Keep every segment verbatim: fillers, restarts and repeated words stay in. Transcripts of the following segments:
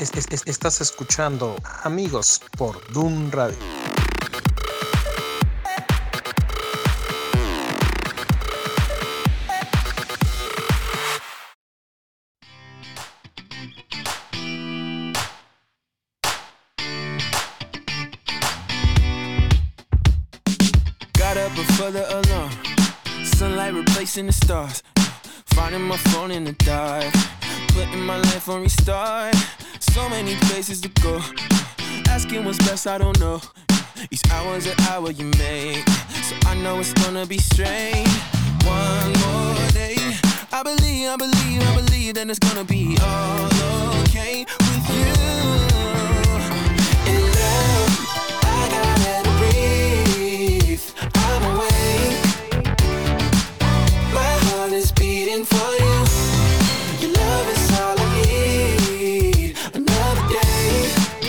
es, es, es, estás escuchando Amigos por Dun Radio. Got up before the alarm, sunlight replacing the stars, finding my phone in the dark, putting my life on restart. So many places to go, asking what's best, I don't know. Each hour's an hour you make, so I know it's gonna be strange. One more day, I believe, I believe, I believe that it's gonna be all okay with you. In love, I gotta breathe, I'm awake, my heart is beating for you. Your love is all I need, another day,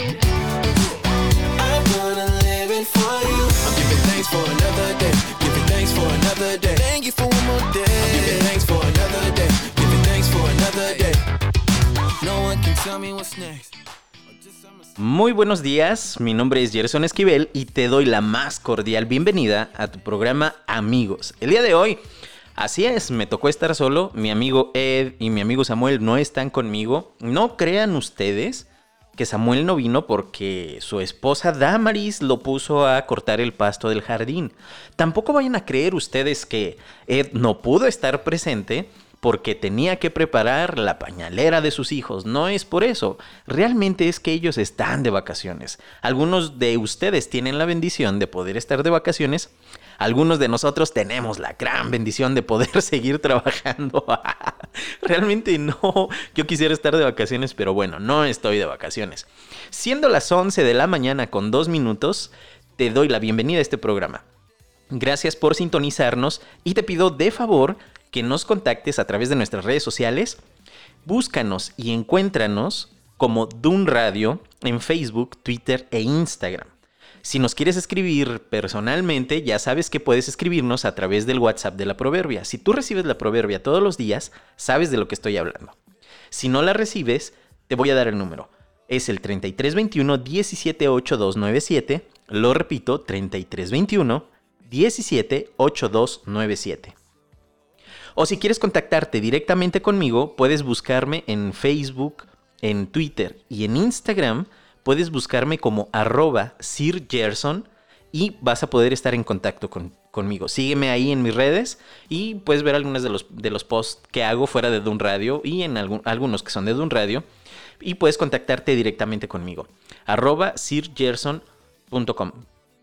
I'm gonna live it for you. I'm giving thanks for another day, giving thanks for another day. Thank you for one more day. I'm giving thanks for another day, giving thanks for another day. No one can tell me what's next. Muy buenos días, mi nombre es Gerson Esquivel y te doy la más cordial bienvenida a tu programa Amigos. El día de hoy, así es, me tocó estar solo, mi amigo Ed y mi amigo Samuel no están conmigo. No crean ustedes que Samuel no vino porque su esposa Damaris lo puso a cortar el pasto del jardín. Tampoco vayan a creer ustedes que Ed no pudo estar presente porque tenía que preparar la pañalera de sus hijos. No es por eso. Realmente es que ellos están de vacaciones. Algunos de ustedes tienen la bendición de poder estar de vacaciones. Algunos de nosotros tenemos la gran bendición de poder seguir trabajando. Realmente no. Yo quisiera estar de vacaciones, pero bueno, no estoy de vacaciones. Siendo las once de la mañana con dos minutos, te doy la bienvenida a este programa. Gracias por sintonizarnos y te pido de favor que nos contactes a través de nuestras redes sociales. Búscanos y encuéntranos como Dun Radio en Facebook, Twitter e Instagram. Si nos quieres escribir personalmente, ya sabes que puedes escribirnos a través del WhatsApp de la Proverbia. Si tú recibes la Proverbia todos los días, sabes de lo que estoy hablando. Si no la recibes, te voy a dar el número. Es el treinta y tres veintiuno diecisiete ochenta y dos noventa y siete. Lo repito, treinta y tres veintiuno diecisiete ochenta y dos noventa y siete. O si quieres contactarte directamente conmigo, puedes buscarme en Facebook, en Twitter y en Instagram. Puedes buscarme como arroba Sir Gerson y vas a poder estar en contacto con, conmigo. Sígueme ahí en mis redes y puedes ver algunos de los, de los posts que hago fuera de Dun Radio y en algún, algunos que son de Dun Radio. Y puedes contactarte directamente conmigo. arroba sir gerson punto com.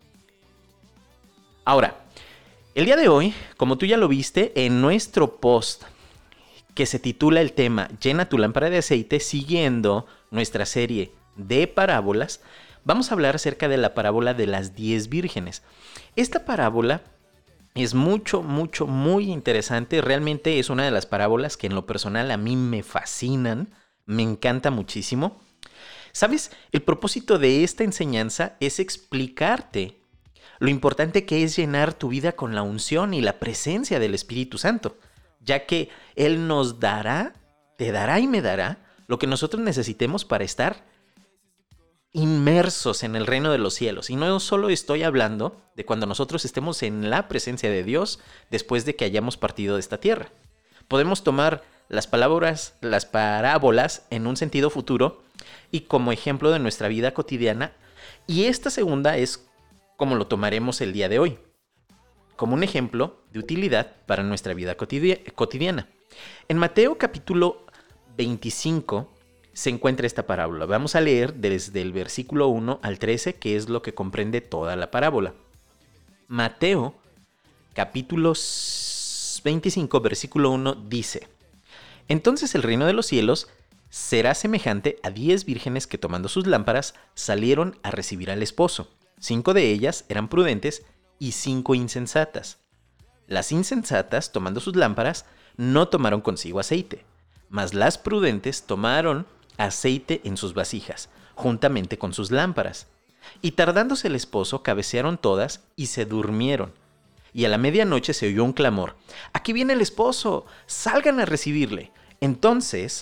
Ahora, el día de hoy, como tú ya lo viste, en nuestro post que se titula el tema Llena tu lámpara de aceite, siguiendo nuestra serie de parábolas, vamos a hablar acerca de la parábola de las diez vírgenes. Esta parábola es mucho, mucho, muy interesante. Realmente es una de las parábolas que en lo personal a mí me fascinan, me encanta muchísimo. ¿Sabes? El propósito de esta enseñanza es explicarte lo importante que es llenar tu vida con la unción y la presencia del Espíritu Santo, ya que Él nos dará, te dará y me dará lo que nosotros necesitemos para estar inmersos en el reino de los cielos. Y no solo estoy hablando de cuando nosotros estemos en la presencia de Dios después de que hayamos partido de esta tierra. Podemos tomar las palabras, las parábolas en un sentido futuro y como ejemplo de nuestra vida cotidiana. Y esta segunda es como lo tomaremos el día de hoy, como un ejemplo de utilidad para nuestra vida cotidiana. En Mateo capítulo veinticinco se encuentra esta parábola. Vamos a leer desde el versículo uno al trece, que es lo que comprende toda la parábola. Mateo capítulo veinticinco, versículo uno dice: Entonces el reino de los cielos será semejante a diez vírgenes que tomando sus lámparas salieron a recibir al esposo. Cinco de ellas eran prudentes y cinco insensatas. Las insensatas, tomando sus lámparas, no tomaron consigo aceite, mas las prudentes tomaron aceite en sus vasijas, juntamente con sus lámparas. Y tardándose el esposo, cabecearon todas y se durmieron. Y a la medianoche se oyó un clamor: «¡Aquí viene el esposo! ¡Salgan a recibirle!». Entonces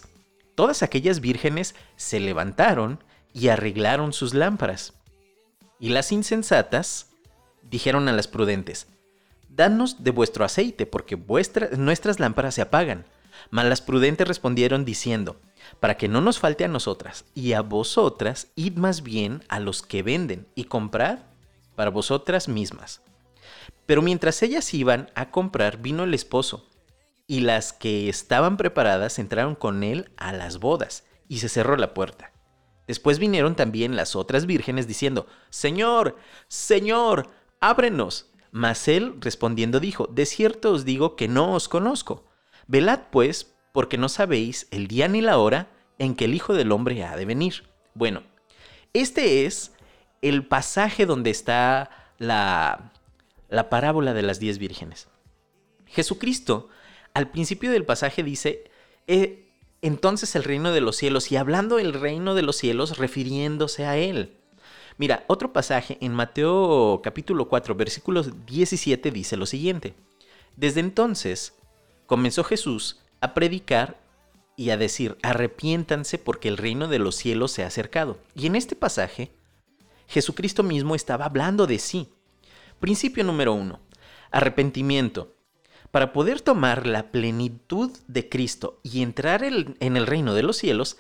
todas aquellas vírgenes se levantaron y arreglaron sus lámparas. Y las insensatas dijeron a las prudentes: danos de vuestro aceite, porque vuestra, nuestras lámparas se apagan. Mas las prudentes respondieron diciendo: para que no nos falte a nosotras y a vosotras, id más bien a los que venden y comprad para vosotras mismas. Pero mientras ellas iban a comprar, vino el esposo, y las que estaban preparadas entraron con él a las bodas, y se cerró la puerta. Después vinieron también las otras vírgenes diciendo: Señor, Señor, ábrenos. Mas él respondiendo dijo: de cierto os digo que no os conozco. Velad pues, porque no sabéis el día ni la hora en que el Hijo del Hombre ha de venir. Bueno, este es el pasaje donde está la, la parábola de las diez vírgenes. Jesucristo, al principio del pasaje dice: eh, entonces el reino de los cielos, y hablando del reino de los cielos, refiriéndose a él. Mira, otro pasaje en Mateo capítulo cuatro, versículo diecisiete dice lo siguiente: desde entonces comenzó Jesús a predicar y a decir: arrepiéntanse porque el reino de los cielos se ha acercado. Y en este pasaje, Jesucristo mismo estaba hablando de sí. Principio número uno: arrepentimiento. Para poder tomar la plenitud de Cristo y entrar el, en el reino de los cielos,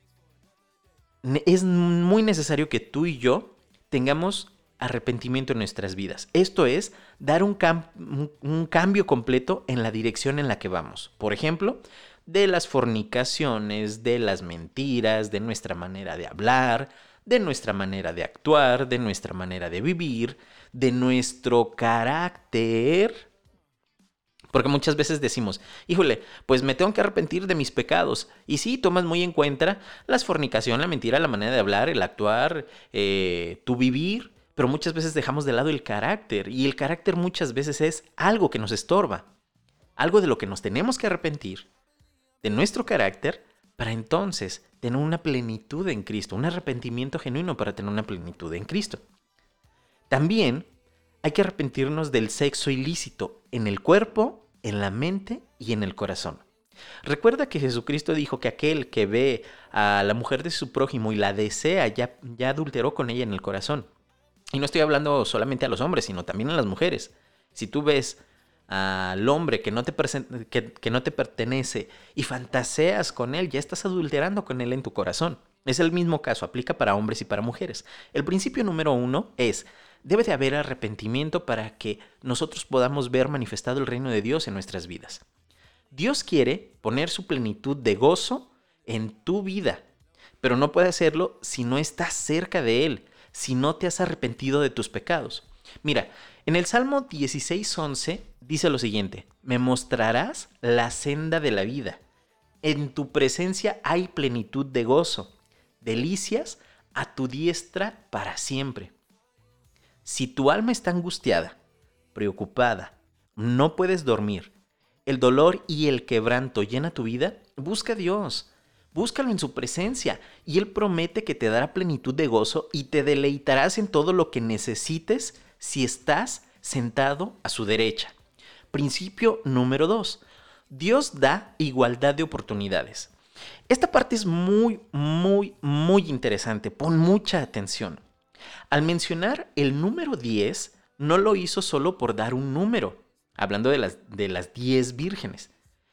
es muy necesario que tú y yo tengamos arrepentimiento en nuestras vidas. Esto es, dar un, cam- un cambio completo en la dirección en la que vamos. Por ejemplo, de las fornicaciones, de las mentiras, de nuestra manera de hablar, de nuestra manera de actuar, de nuestra manera de vivir, de nuestro carácter. Porque muchas veces decimos: híjole, pues me tengo que arrepentir de mis pecados. Y sí, tomas muy en cuenta la fornicación, la mentira, la manera de hablar, el actuar, eh, tu vivir. Pero muchas veces dejamos de lado el carácter. Y el carácter muchas veces es algo que nos estorba. Algo de lo que nos tenemos que arrepentir, de nuestro carácter, para entonces tener una plenitud en Cristo. Un arrepentimiento genuino para tener una plenitud en Cristo. También hay que arrepentirnos del sexo ilícito en el cuerpo, en la mente y en el corazón. Recuerda que Jesucristo dijo que aquel que ve a la mujer de su prójimo y la desea, ya, ya adulteró con ella en el corazón. Y no estoy hablando solamente a los hombres, sino también a las mujeres. Si tú ves al hombre que no te, presen- que, que no te pertenece y fantaseas con él, ya estás adulterando con él en tu corazón. Es el mismo caso, aplica para hombres y para mujeres. El principio número uno es: debe de haber arrepentimiento para que nosotros podamos ver manifestado el reino de Dios en nuestras vidas. Dios quiere poner su plenitud de gozo en tu vida, pero no puede hacerlo si no estás cerca de Él, si no te has arrepentido de tus pecados. Mira, en el Salmo dieciséis once dice lo siguiente: me mostrarás la senda de la vida. En tu presencia hay plenitud de gozo, delicias a tu diestra para siempre. Si tu alma está angustiada, preocupada, no puedes dormir, el dolor y el quebranto llena tu vida, busca a Dios, búscalo en su presencia y Él promete que te dará plenitud de gozo y te deleitarás en todo lo que necesites si estás sentado a su derecha. Principio número dos: Dios da igualdad de oportunidades. Esta parte es muy, muy, muy interesante. Pon mucha atención. Al mencionar el número diez, no lo hizo solo por dar un número, hablando de las, de las diez vírgenes,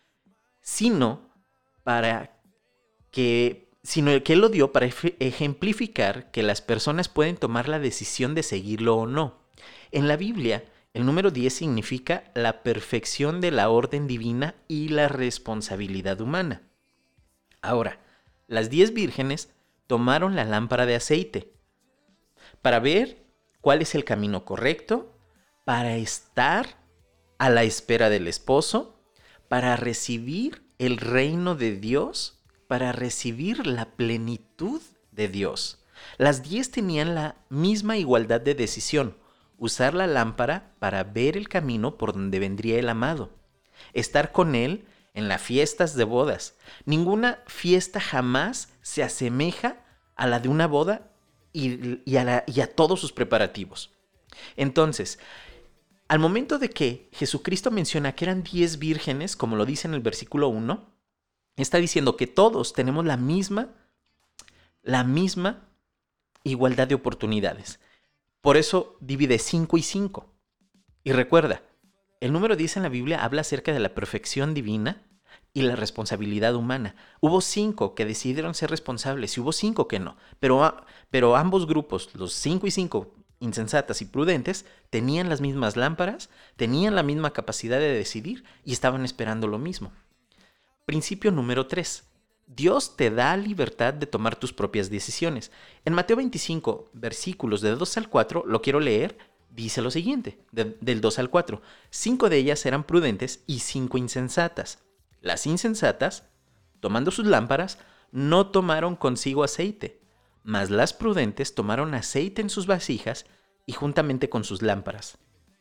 sino para que, sino que Él lo dio para ejemplificar que las personas pueden tomar la decisión de seguirlo o no. En la Biblia, el número diez significa la perfección de la orden divina y la responsabilidad humana. Ahora, las diez vírgenes tomaron la lámpara de aceite para ver cuál es el camino correcto, para estar a la espera del esposo, para recibir el reino de Dios, para recibir la plenitud de Dios. Las diez tenían la misma igualdad de decisión: usar la lámpara para ver el camino por donde vendría el amado, estar con él en las fiestas de bodas. Ninguna fiesta jamás se asemeja a la de una boda y, y, a la, y a todos sus preparativos. Entonces, al momento de que Jesucristo menciona que eran diez vírgenes, como lo dice en el versículo uno, está diciendo que todos tenemos la misma, la misma igualdad de oportunidades. Por eso divide cinco y cinco. Y recuerda, el número diez en la Biblia habla acerca de la perfección divina y la responsabilidad humana. Hubo cinco que decidieron ser responsables y hubo cinco que no. Pero, pero ambos grupos, los cinco y cinco, insensatas y prudentes, tenían las mismas lámparas, tenían la misma capacidad de decidir y estaban esperando lo mismo. Principio número tres. Dios te da libertad de tomar tus propias decisiones. En Mateo veinticinco, versículos de dos al cuatro, lo quiero leer, dice lo siguiente, de, del dos al cuatro. Cinco de ellas eran prudentes y cinco insensatas. Las insensatas, tomando sus lámparas, no tomaron consigo aceite, mas las prudentes tomaron aceite en sus vasijas y juntamente con sus lámparas.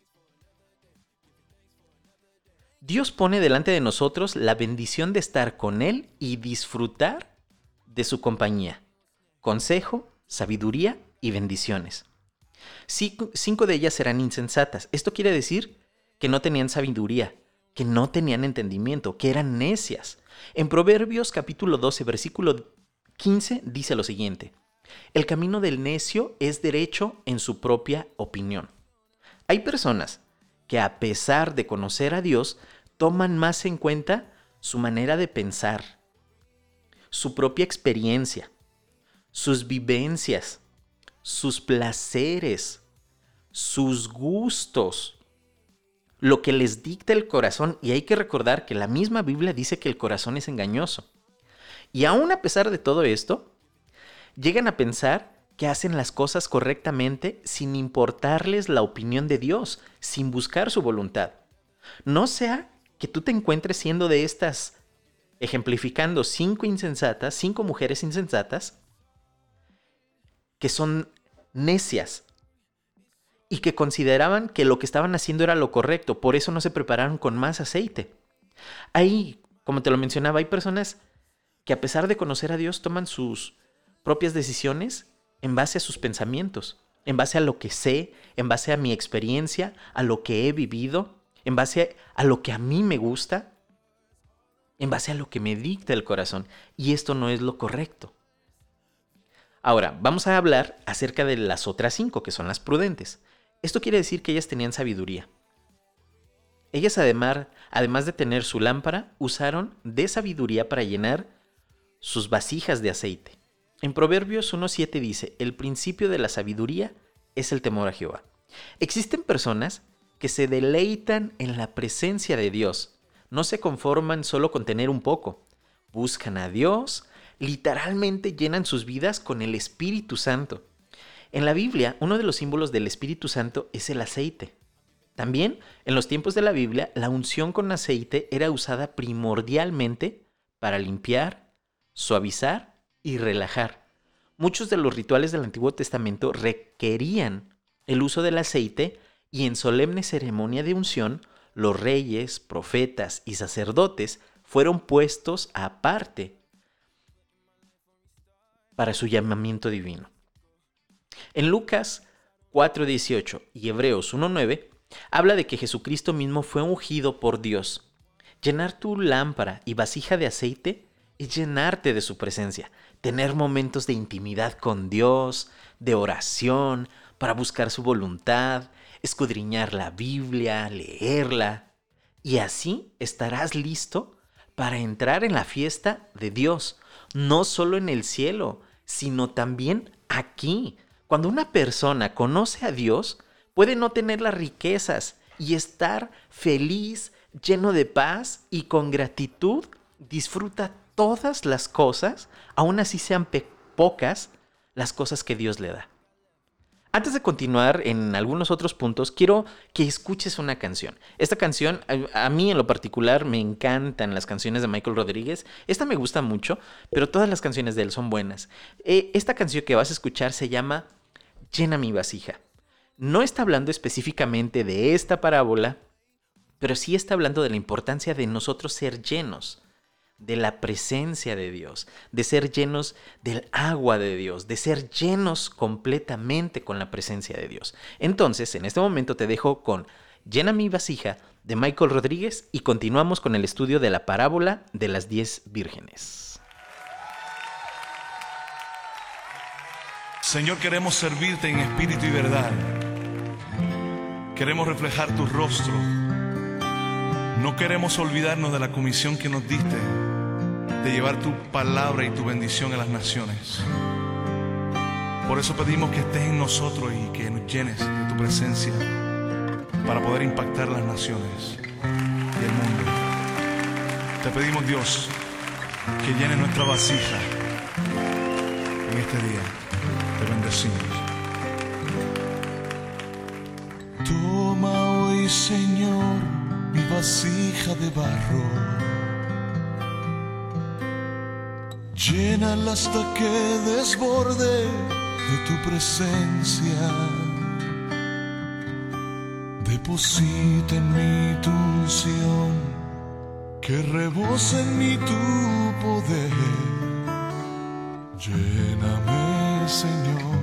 Dios pone delante de nosotros la bendición de estar con Él y disfrutar de su compañía. Consejo, sabiduría y bendiciones. Cinco, cinco de ellas eran insensatas. Esto quiere decir que no tenían sabiduría, que no tenían entendimiento, que eran necias. En Proverbios capítulo doce, versículo quince, dice lo siguiente. El camino del necio es derecho en su propia opinión. Hay personas que a pesar de conocer a Dios, toman más en cuenta su manera de pensar, su propia experiencia, sus vivencias, sus placeres, sus gustos, lo que les dicta el corazón. Y hay que recordar que la misma Biblia dice que el corazón es engañoso. Y aún a pesar de todo esto, llegan a pensar que hacen las cosas correctamente sin importarles la opinión de Dios, sin buscar su voluntad. No sea que tú te encuentres siendo de estas, ejemplificando cinco insensatas, cinco mujeres insensatas, que son necias y que consideraban que lo que estaban haciendo era lo correcto, por eso no se prepararon con más aceite. Ahí, como te lo mencionaba, hay personas que a pesar de conocer a Dios toman sus propias decisiones en base a sus pensamientos, en base a lo que sé, en base a mi experiencia, a lo que he vivido, en base a lo que a mí me gusta, en base a lo que me dicta el corazón. Y esto no es lo correcto. Ahora, vamos a hablar acerca de las otras cinco, que son las prudentes. Esto quiere decir que ellas tenían sabiduría. Ellas, además, además de tener su lámpara, usaron de sabiduría para llenar sus vasijas de aceite. En Proverbios uno siete dice, el principio de la sabiduría es el temor a Jehová. Existen personas que se deleitan en la presencia de Dios. No se conforman solo con tener un poco. Buscan a Dios, literalmente llenan sus vidas con el Espíritu Santo. En la Biblia, uno de los símbolos del Espíritu Santo es el aceite. También, en los tiempos de la Biblia, la unción con aceite era usada primordialmente para limpiar, suavizar y relajar. Muchos de los rituales del Antiguo Testamento requerían el uso del aceite y en solemne ceremonia de unción, los reyes, profetas y sacerdotes fueron puestos aparte para su llamamiento divino. En Lucas cuatro dieciocho y Hebreos uno nueve habla de que Jesucristo mismo fue ungido por Dios. Llenar tu lámpara y vasija de aceite es llenarte de su presencia, tener momentos de intimidad con Dios, de oración, para buscar su voluntad, escudriñar la Biblia, leerla, y así estarás listo para entrar en la fiesta de Dios, no solo en el cielo, sino también aquí. Cuando una persona conoce a Dios, puede no tener las riquezas y estar feliz, lleno de paz y con gratitud, disfruta todas las cosas, aun así sean pe- pocas, las cosas que Dios le da. Antes de continuar en algunos otros puntos, quiero que escuches una canción. Esta canción, a, a mí en lo particular, me encantan las canciones de Michael Rodríguez. Esta me gusta mucho, pero todas las canciones de él son buenas. Eh, esta canción que vas a escuchar se llama Llena mi vasija. No está hablando específicamente de esta parábola, pero sí está hablando de la importancia de nosotros ser llenos de la presencia de Dios, de ser llenos del agua de Dios, de ser llenos completamente con la presencia de Dios. Entonces, en este momento te dejo con Llena mi vasija de Michael Rodríguez y continuamos con el estudio de la parábola de las diez vírgenes. Señor, queremos servirte en espíritu y verdad. Queremos reflejar tu rostro. No queremos olvidarnos de la comisión que nos diste de llevar tu palabra y tu bendición a las naciones. Por eso pedimos que estés en nosotros y que nos llenes de tu presencia para poder impactar las naciones y el mundo. Te pedimos, Dios, que llenes nuestra vasija en este día. Te bendecimos. Toma hoy, Señor, mi vasija de barro, llénala hasta que desborde de tu presencia. Deposita en mí tu unción, que rebose en mí tu poder. Lléname, Señor,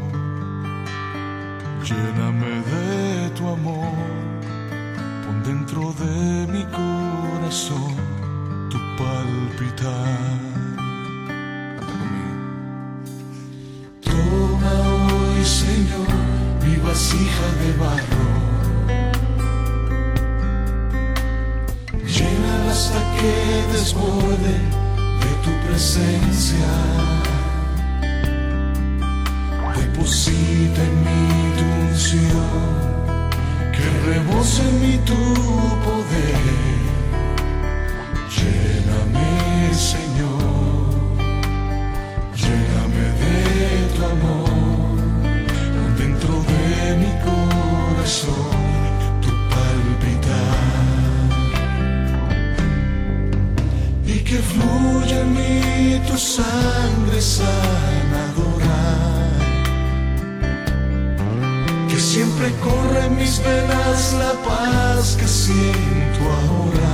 lléname de tu amor. Pon dentro de mi corazón tu palpitar. Toma hoy, Señor, mi vasija de barro, llénala hasta que desborde de tu presencia. Deposita en mí tu unción, que rebose en mí tu poder. Lléname, Señor, lléname de tu amor. Pon dentro de mi corazón tu palpitar, y que fluya en mí tu sangre sanadora. Que siempre corra en mis venas la paz que siento ahora.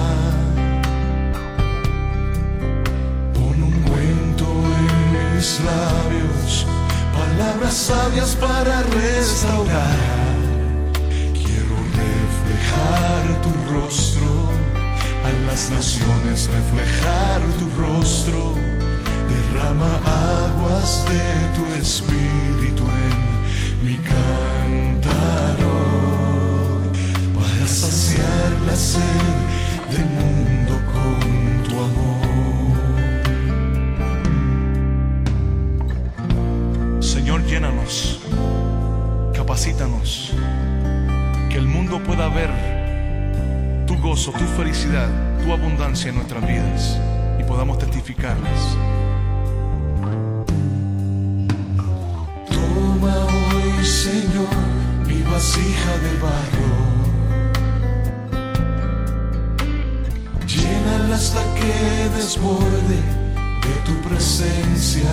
Pon un ungüento en mis labios, palabras sabias para restaurar. Quiero reflejar tu rostro, a las naciones reflejar tu rostro. Derrama aguas de tu espíritu en mi cantar hoy, para saciar la sed del mundo con tu amor. Señor, llénanos, capacítanos, que el mundo pueda ver tu gozo, tu felicidad, tu abundancia en nuestras vidas y podamos testificarles. Toma hoy, Señor, mi vasija de barro, llénala hasta que desborde de tu presencia.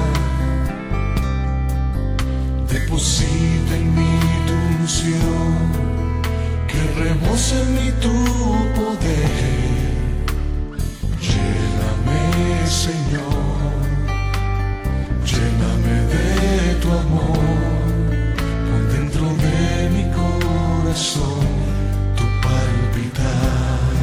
Deposita en mí tu unción, que rebose en mí tu poder. Lléname, Señor, lléname de tu amor. Pon dentro de mi corazón tu palpitar.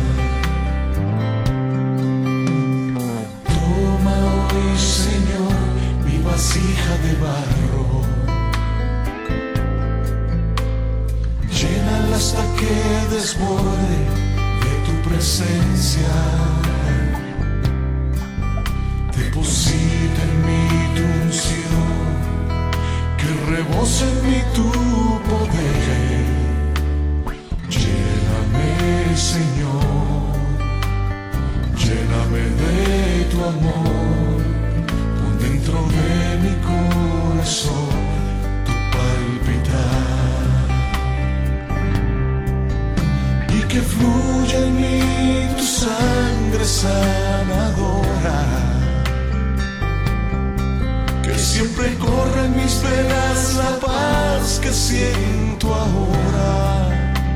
Toma hoy, Señor, mi vasija de barro, llénala hasta que desborde de tu presencia. Deposita en mí tu unción, que rebose en mí tu poder. Lléname, Señor, lléname de tu amor. Pon dentro de mi corazón tu palpitar, y que fluya en mí tu sangre sanadora. Que siempre corra en mis venas la paz que siento ahora.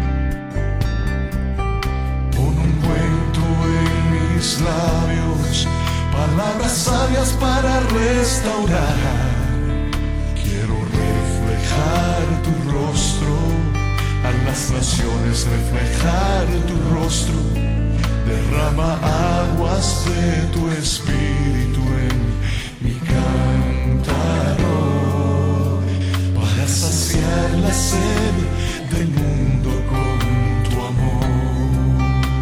Pon un ungüento en mis labios, palabras sabias para restaurar. Quiero reflejar tu rostro a las naciones reflejar tu rostro. Derrama aguas de tu espíritu en mi cántaro, para saciar la sed del mundo con tu amor.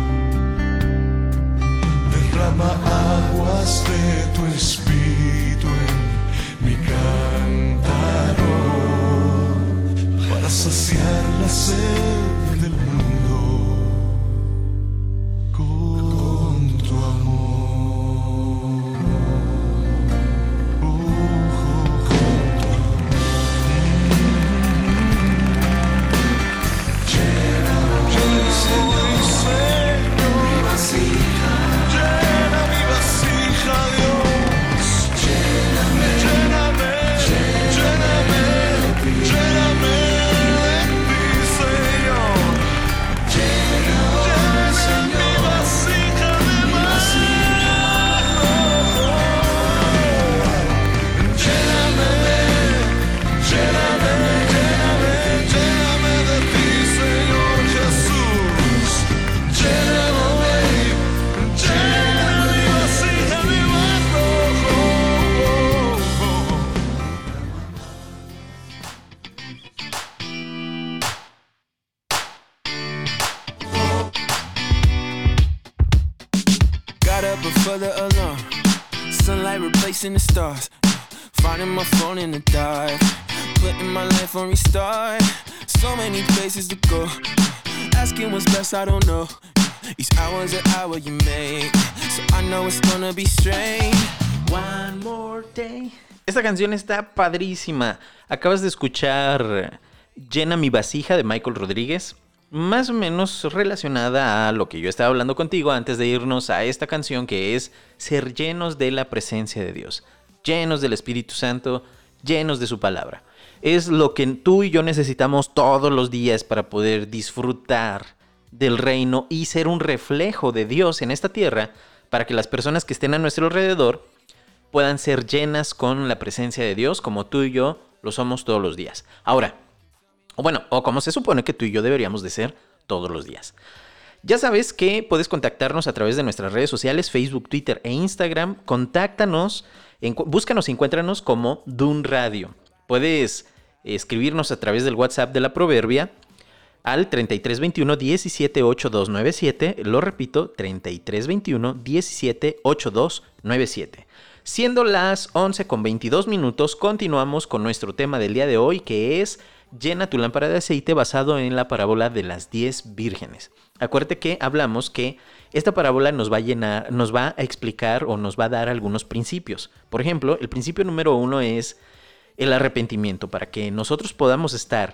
Derrama aguas de tu espíritu en mi cántaro, para saciar la sed del mundo con tu amor. Oh, oh, con tu amor. Llena, llena, Señor, mi vasija. Llena mi vasija, Dios. Lléname, lléname, lléname, lléname de ti, Señor. Lléname, Señor, mi vasija de barro. Lléname, lléname, lléname, lléname de ti, Señor Jesús. Lléname, lléname mi vasija de barro. Got up before the alarm. Sunlight replacing the stars. Finding my phone in the dark. Putting my life on restart. So many places to go. Asking what's best, I don't know. Each hour's an hour you make. So I know it's gonna be strange. One more day. Esta canción está padrísima. Acabas de escuchar Llena mi vasija de Michael Rodríguez. Más o menos relacionada a lo que yo estaba hablando contigo antes de irnos a esta canción, que es ser llenos de la presencia de Dios, llenos del Espíritu Santo, llenos de su palabra. Es lo que tú y yo necesitamos todos los días para poder disfrutar del reino y ser un reflejo de Dios en esta tierra, para que las personas que estén a nuestro alrededor puedan ser llenas con la presencia de Dios, como tú y yo lo somos todos los días. Ahora, o bueno, o como se supone que tú y yo deberíamos de ser todos los días. Ya sabes que puedes contactarnos a través de nuestras redes sociales, Facebook, Twitter e Instagram. Contáctanos, en, búscanos y encuéntranos como Dun Radio. Puedes escribirnos a través del WhatsApp de la Proverbia al treinta y tres veintiuno diecisiete ochenta y dos noventa y siete. Lo repito, treinta y tres veintiuno diecisiete ochenta y dos noventa y siete. Siendo las once con veintidós minutos, continuamos con nuestro tema del día de hoy, que es Llena tu lámpara de aceite, basado en la parábola de las diez vírgenes. Acuérdate que hablamos que esta parábola nos va a llenar, nos va a explicar o nos va a dar algunos principios. Por ejemplo, el principio número uno es el arrepentimiento. Para que nosotros podamos estar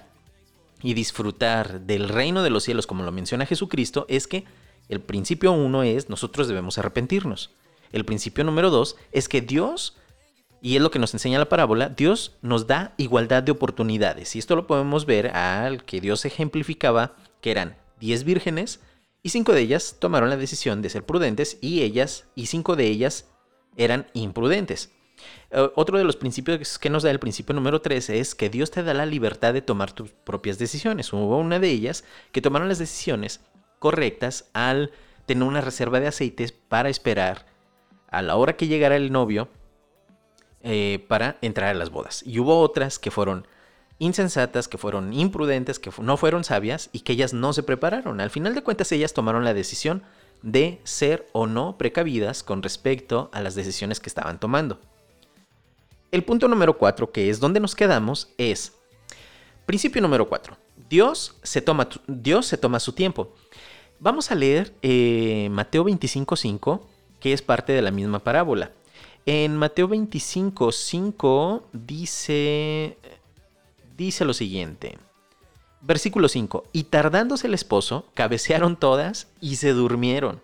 y disfrutar del reino de los cielos, como lo menciona Jesucristo, es que el principio uno es nosotros debemos arrepentirnos. El principio número dos es que Dios, y es lo que nos enseña la parábola, Dios nos da igualdad de oportunidades. Y esto lo podemos ver al que Dios ejemplificaba, que eran diez vírgenes, y cinco de ellas tomaron la decisión de ser prudentes, y ellas, y cinco de ellas eran imprudentes. Uh, otro de los principios que nos da el principio número tres es que Dios te da la libertad de tomar tus propias decisiones. Hubo una de ellas que tomaron las decisiones correctas al tener una reserva de aceites para esperar a la hora que llegara el novio eh, para entrar a las bodas. Y hubo otras que fueron insensatas, que fueron imprudentes, que no fueron sabias y que ellas no se prepararon. Al final de cuentas, ellas tomaron la decisión de ser o no precavidas con respecto a las decisiones que estaban tomando. El punto número cuatro, que es donde nos quedamos, es principio número cuatro. Dios se toma, Dios se toma su tiempo. Vamos a leer eh, Mateo veinticinco cinco, que es parte de la misma parábola. En Mateo veinticinco cinco dice, dice lo siguiente. Versículo cinco. Y tardándose el esposo, cabecearon todas y se durmieron.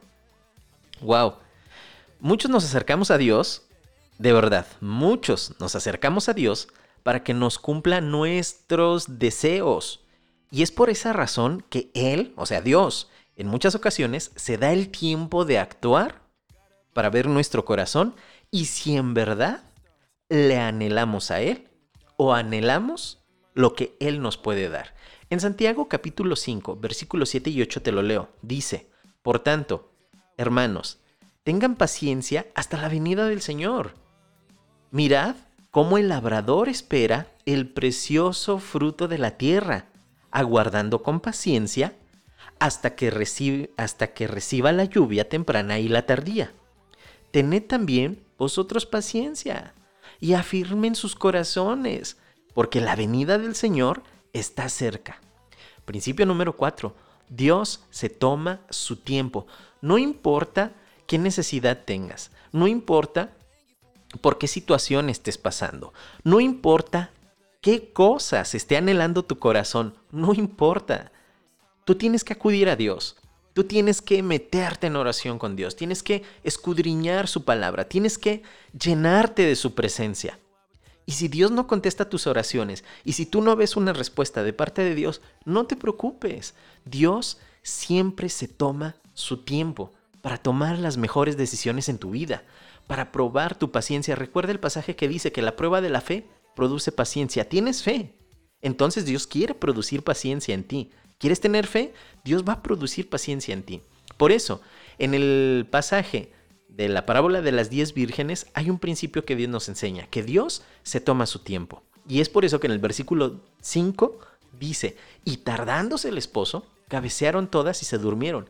Wow. Muchos nos acercamos a Dios, de verdad, muchos nos acercamos a Dios para que nos cumpla nuestros deseos. Y es por esa razón que Él, o sea Dios, en muchas ocasiones se da el tiempo de actuar para ver nuestro corazón y si en verdad le anhelamos a Él o anhelamos lo que Él nos puede dar. En Santiago capítulo cinco, versículos siete y ocho te lo leo. Dice, por tanto, hermanos, tengan paciencia hasta la venida del Señor. Mirad cómo el labrador espera el precioso fruto de la tierra, aguardando con paciencia hasta que recibe, hasta que reciba la lluvia temprana y la tardía. Tened también vosotros paciencia y afirmen sus corazones, porque la venida del Señor está cerca. Principio número cuatro. Dios se toma su tiempo. No importa qué necesidad tengas, no importa por qué situación estés pasando, no importa qué cosas esté anhelando tu corazón, no importa. Tú tienes que acudir a Dios. Tú tienes que meterte en oración con Dios, tienes que escudriñar su palabra, tienes que llenarte de su presencia. Y si Dios no contesta tus oraciones, y si tú no ves una respuesta de parte de Dios, no te preocupes. Dios siempre se toma su tiempo para tomar las mejores decisiones en tu vida, para probar tu paciencia. Recuerda el pasaje que dice que la prueba de la fe produce paciencia. ¿Tienes fe? Entonces Dios quiere producir paciencia en ti. ¿Quieres tener fe? Dios va a producir paciencia en ti. Por eso, en el pasaje de la parábola de las diez vírgenes hay un principio que Dios nos enseña, que Dios se toma su tiempo. Y es por eso que en el versículo cinco dice, y tardándose el esposo, cabecearon todas y se durmieron.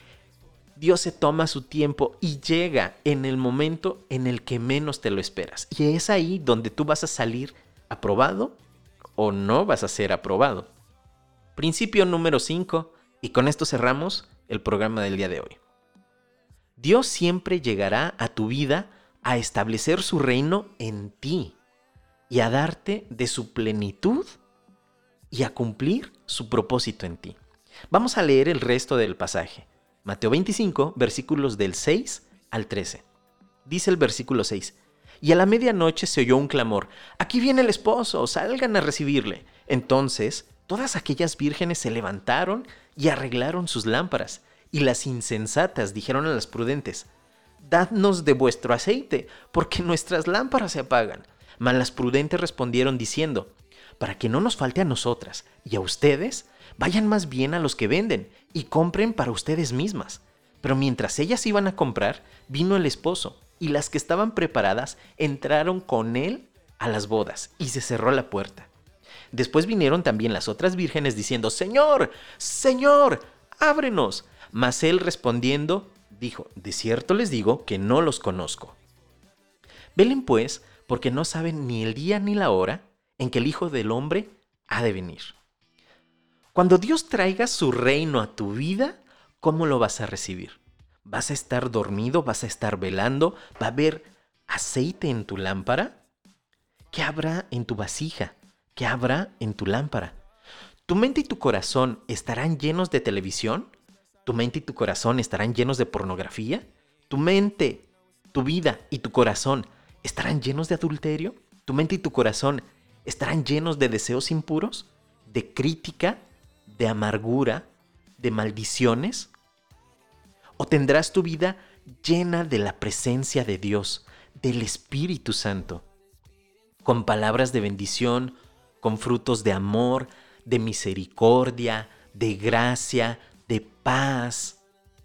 Dios se toma su tiempo y llega en el momento en el que menos te lo esperas. Y es ahí donde tú vas a salir aprobado o no vas a ser aprobado. Principio número cinco, y con esto cerramos el programa del día de hoy. Dios siempre llegará a tu vida a establecer su reino en ti y a darte de su plenitud y a cumplir su propósito en ti. Vamos a leer el resto del pasaje. Mateo veinticinco, versículos del seis al trece. Dice el versículo seis, y a la medianoche se oyó un clamor, aquí viene el esposo, salgan a recibirle. Entonces todas aquellas vírgenes se levantaron y arreglaron sus lámparas, y las insensatas dijeron a las prudentes, dadnos de vuestro aceite, porque nuestras lámparas se apagan. Mas las prudentes respondieron diciendo, para que no nos falte a nosotras y a ustedes, vayan más bien a los que venden y compren para ustedes mismas. Pero mientras ellas iban a comprar, vino el esposo, y las que estaban preparadas entraron con él a las bodas, y se cerró la puerta. Después vinieron también las otras vírgenes diciendo, Señor, Señor, ábrenos. Mas él respondiendo, dijo, de cierto les digo que no los conozco. Velen pues, porque no saben ni el día ni la hora en que el Hijo del Hombre ha de venir. Cuando Dios traiga su reino a tu vida, ¿cómo lo vas a recibir? ¿Vas a estar dormido? ¿Vas a estar velando? ¿Va a haber aceite en tu lámpara? ¿Qué habrá en tu vasija? ¿Qué habrá en tu lámpara? ¿Tu mente y tu corazón estarán llenos de televisión? ¿Tu mente y tu corazón estarán llenos de pornografía? ¿Tu mente, tu vida y tu corazón estarán llenos de adulterio? ¿Tu mente y tu corazón estarán llenos de deseos impuros? ¿De crítica? ¿De amargura? ¿De maldiciones? ¿O tendrás tu vida llena de la presencia de Dios, del Espíritu Santo, con palabras de bendición, con frutos de amor, de misericordia, de gracia, de paz?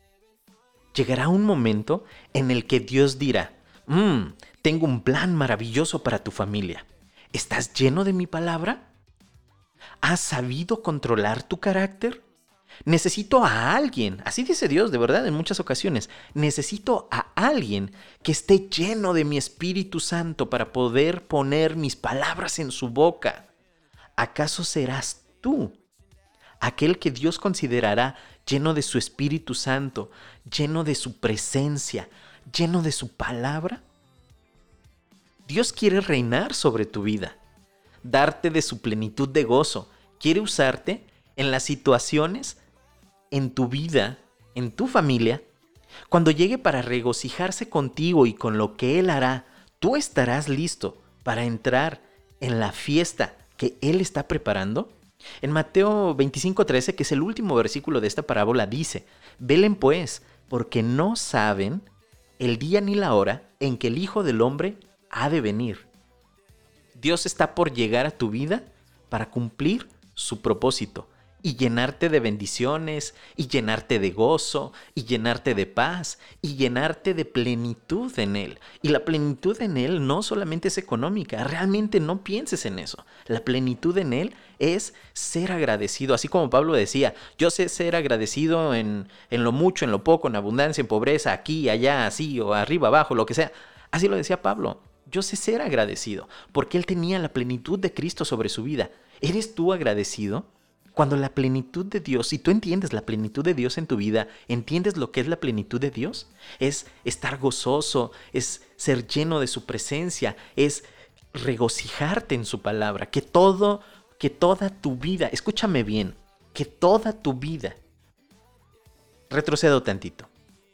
Llegará un momento en el que Dios dirá, mmm, tengo un plan maravilloso para tu familia. ¿Estás lleno de mi palabra? ¿Has sabido controlar tu carácter? Necesito a alguien, así dice Dios de verdad en muchas ocasiones, necesito a alguien que esté lleno de mi Espíritu Santo para poder poner mis palabras en su boca. ¿Acaso serás tú aquel que Dios considerará lleno de su Espíritu Santo, lleno de su presencia, lleno de su palabra? Dios quiere reinar sobre tu vida, darte de su plenitud de gozo, quiere usarte en las situaciones, en tu vida, en tu familia. Cuando llegue para regocijarse contigo y con lo que Él hará, tú estarás listo para entrar en la fiesta que Él está preparando. En Mateo veinticinco trece, que es el último versículo de esta parábola, dice, velen pues, porque no saben el día ni la hora en que el Hijo del Hombre ha de venir. Dios está por llegar a tu vida para cumplir su propósito. y llenarte de bendiciones, y llenarte de gozo, y llenarte de paz, y llenarte de plenitud en Él. Y la plenitud en Él no solamente es económica, realmente no pienses en eso. La plenitud en Él es ser agradecido, así como Pablo decía, yo sé ser agradecido en, en lo mucho, en lo poco, en abundancia, en pobreza, aquí, allá, así, o arriba, abajo, lo que sea. Así lo decía Pablo. Yo sé ser agradecido, porque él tenía la plenitud de Cristo sobre su vida. ¿Eres tú agradecido? Cuando la plenitud de Dios, si tú entiendes la plenitud de Dios en tu vida, ¿entiendes lo que es la plenitud de Dios? Es estar gozoso, es ser lleno de su presencia, es regocijarte en su palabra, que todo, que toda tu vida, escúchame bien, que toda tu vida, retrocedo tantito,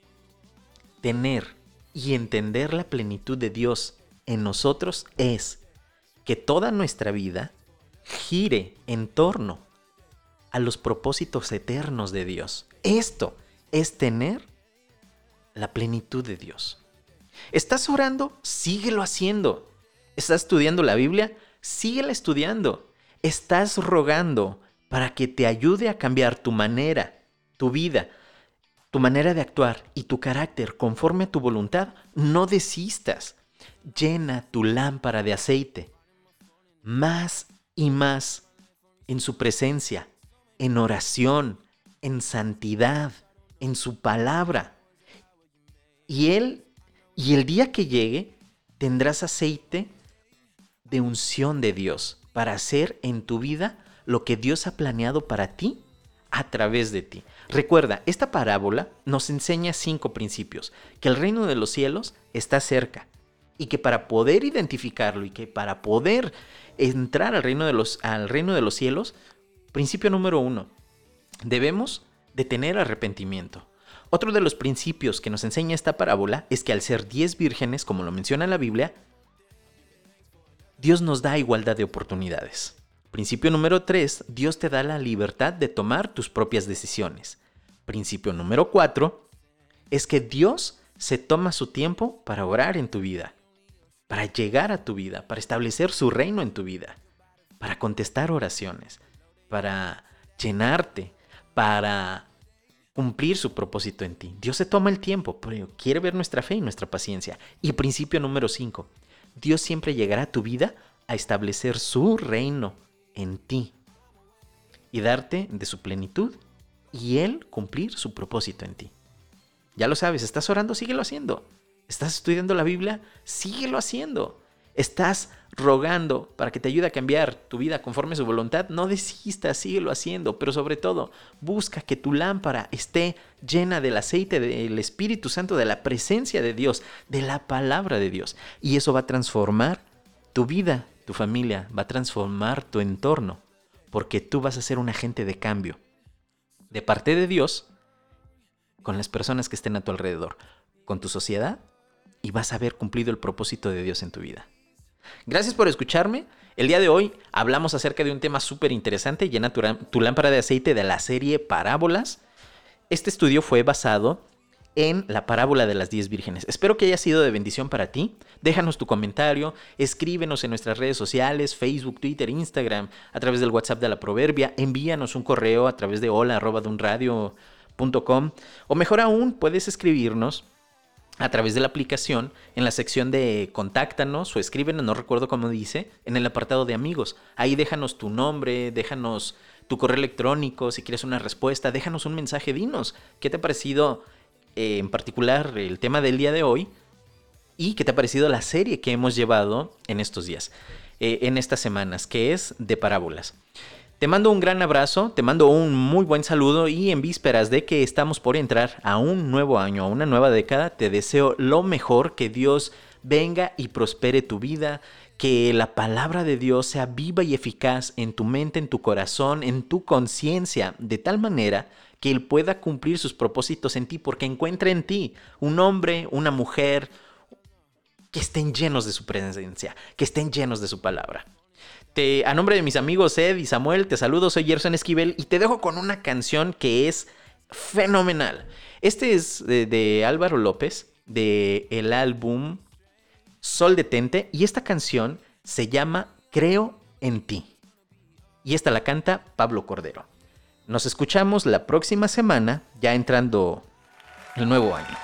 tener y entender la plenitud de Dios en nosotros es que toda nuestra vida gire en torno a los propósitos eternos de Dios. Esto es tener la plenitud de Dios. ¿Estás orando? Síguelo haciendo. ¿Estás estudiando la Biblia? Síguela estudiando. ¿Estás rogando para que te ayude a cambiar tu manera, tu vida, tu manera de actuar y tu carácter conforme a tu voluntad? No desistas. Llena tu lámpara de aceite más y más en su presencia, en oración, en santidad, en su palabra. Y él, y el día que llegue, tendrás aceite de unción de Dios para hacer en tu vida lo que Dios ha planeado para ti a través de ti. Recuerda, esta parábola nos enseña cinco principios: que el reino de los cielos está cerca, y que para poder identificarlo y que para poder entrar al reino de los, al reino de los cielos, principio número uno, debemos de tener arrepentimiento. Otro de los principios que nos enseña esta parábola es que al ser diez vírgenes, como lo menciona la Biblia, Dios nos da igualdad de oportunidades. Principio número tres, Dios te da la libertad de tomar tus propias decisiones. Principio número cuatro, es que Dios se toma su tiempo para orar en tu vida, para llegar a tu vida, para establecer su reino en tu vida, para contestar oraciones, para llenarte, para cumplir su propósito en ti. Dios se toma el tiempo, pero quiere ver nuestra fe y nuestra paciencia. Y principio número cinco, Dios siempre llegará a tu vida a establecer su reino en ti y darte de su plenitud y Él cumplir su propósito en ti. Ya lo sabes, ¿estás orando? Síguelo haciendo. ¿Estás estudiando la Biblia? Síguelo haciendo. ¿Estás rogando para que te ayude a cambiar tu vida conforme a su voluntad? No desistas, síguelo haciendo. Pero sobre todo, busca que tu lámpara esté llena del aceite del Espíritu Santo, de la presencia de Dios, de la palabra de Dios. Y eso va a transformar tu vida, tu familia, va a transformar tu entorno. Porque tú vas a ser un agente de cambio de parte de Dios con las personas que estén a tu alrededor, con tu sociedad, y vas a haber cumplido el propósito de Dios en tu vida. Gracias por escucharme. El día de hoy hablamos acerca de un tema súper interesante. Llena tu, tu lámpara de aceite, de la serie Parábolas. Este estudio fue basado en la parábola de las diez vírgenes. Espero que haya sido de bendición para ti. Déjanos tu comentario, escríbenos en nuestras redes sociales, Facebook, Twitter, Instagram, a través del WhatsApp de La Proverbia. Envíanos un correo a través de hola arroba dunradio punto com, o mejor aún, puedes escribirnos a través de la aplicación en la sección de contáctanos o escríbenos, no recuerdo cómo dice, en el apartado de amigos. Ahí déjanos tu nombre, déjanos tu correo electrónico, si quieres una respuesta, déjanos un mensaje, dinos qué te ha parecido eh, en particular el tema del día de hoy y qué te ha parecido la serie que hemos llevado en estos días, eh, en estas semanas, que es de parábolas. Te mando un gran abrazo, te mando un muy buen saludo y en vísperas de que estamos por entrar a un nuevo año, a una nueva década, te deseo lo mejor, que Dios venga y prospere tu vida, que la palabra de Dios sea viva y eficaz en tu mente, en tu corazón, en tu conciencia, de tal manera que Él pueda cumplir sus propósitos en ti, porque encuentre en ti un hombre, una mujer, que estén llenos de su presencia, que estén llenos de su palabra. Te, a nombre de mis amigos Ed y Samuel, te saludo, soy Gerson Esquivel y te dejo con una canción que es fenomenal. Este es de, de Álvaro López, de el álbum Sol Detente, y esta canción se llama Creo en ti. Y esta la canta Pablo Cordero. Nos escuchamos la próxima semana, ya entrando el nuevo año.